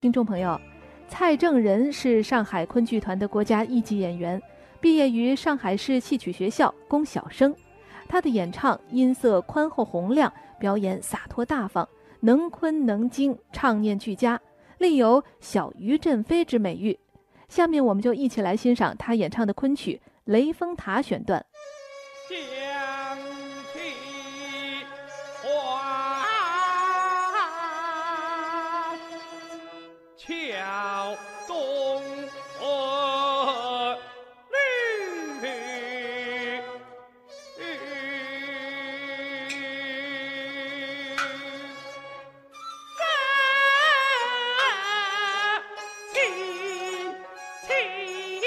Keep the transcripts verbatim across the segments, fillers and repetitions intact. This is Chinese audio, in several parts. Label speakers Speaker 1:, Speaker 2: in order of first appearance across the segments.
Speaker 1: 听众朋友，蔡正仁是上海昆剧团的国家一级演员，毕业于上海市戏曲学校，供小生。他的演唱音色宽厚洪亮，表演洒脱大方，能昆能京，唱念俱佳，另有小于振飞之美誉。下面我们就一起来欣赏他演唱的昆曲《雷峰塔》选段。
Speaker 2: 将其花桥东河绿，亲亲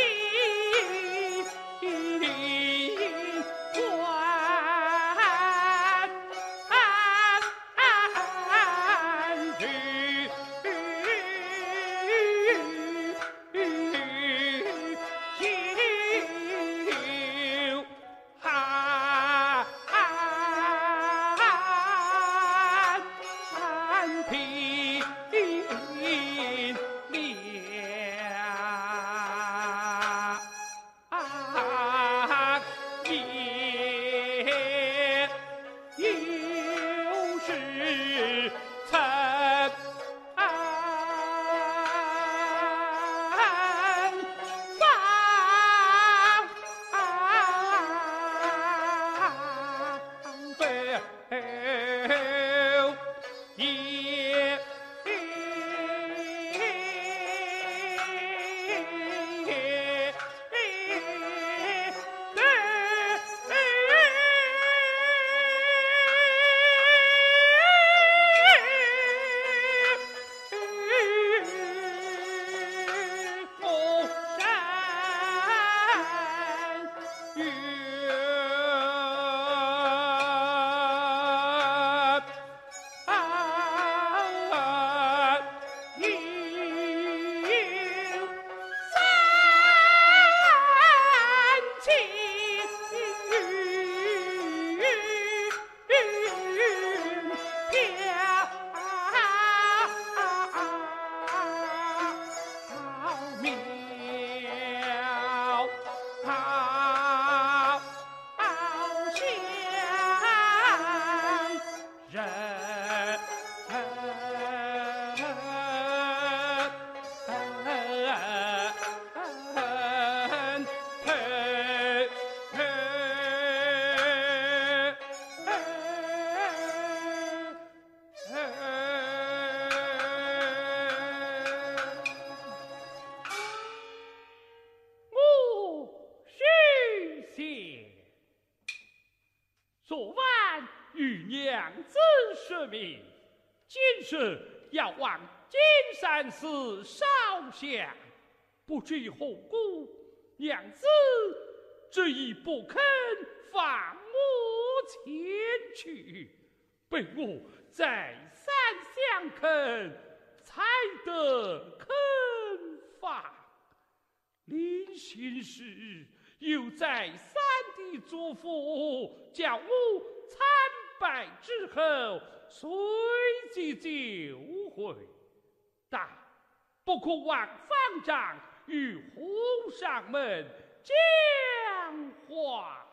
Speaker 2: 昨晚与娘子说明，今日要往金山寺烧香，不知何故，娘子执意不肯放我前去，被我再三相恳，才得肯放。临行时又再三地嘱咐，叫我参拜之后随即就回，但不可忘方丈与和尚们讲话。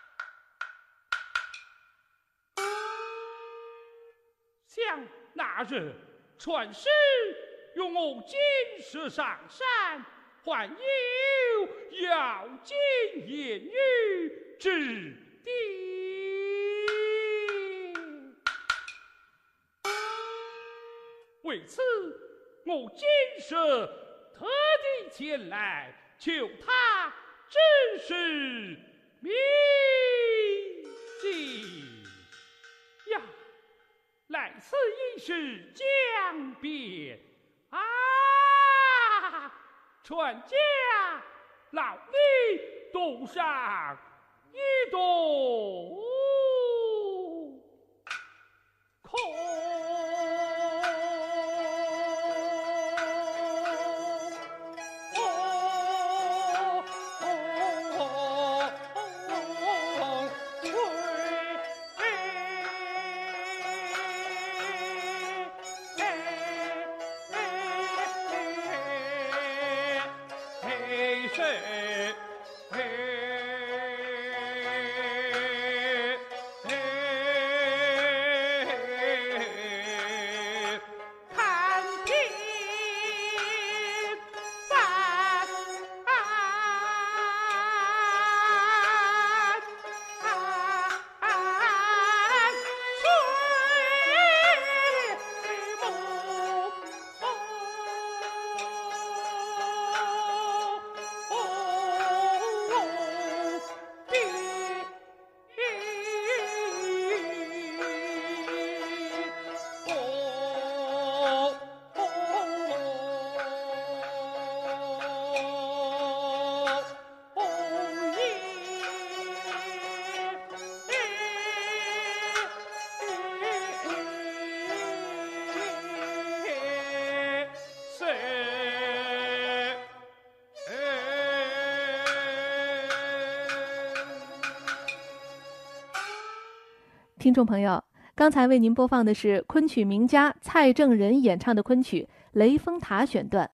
Speaker 2: 想那日传师用我金蛇上山，还有要紧言语之地，为此我今日特地前来求他指示秘籍呀。来此一事将变啊！传家老李赌上一赌空。 是看平山
Speaker 1: 听众朋友，刚才为您播放的是昆曲名家蔡正仁演唱的昆曲《雷峰塔》选段。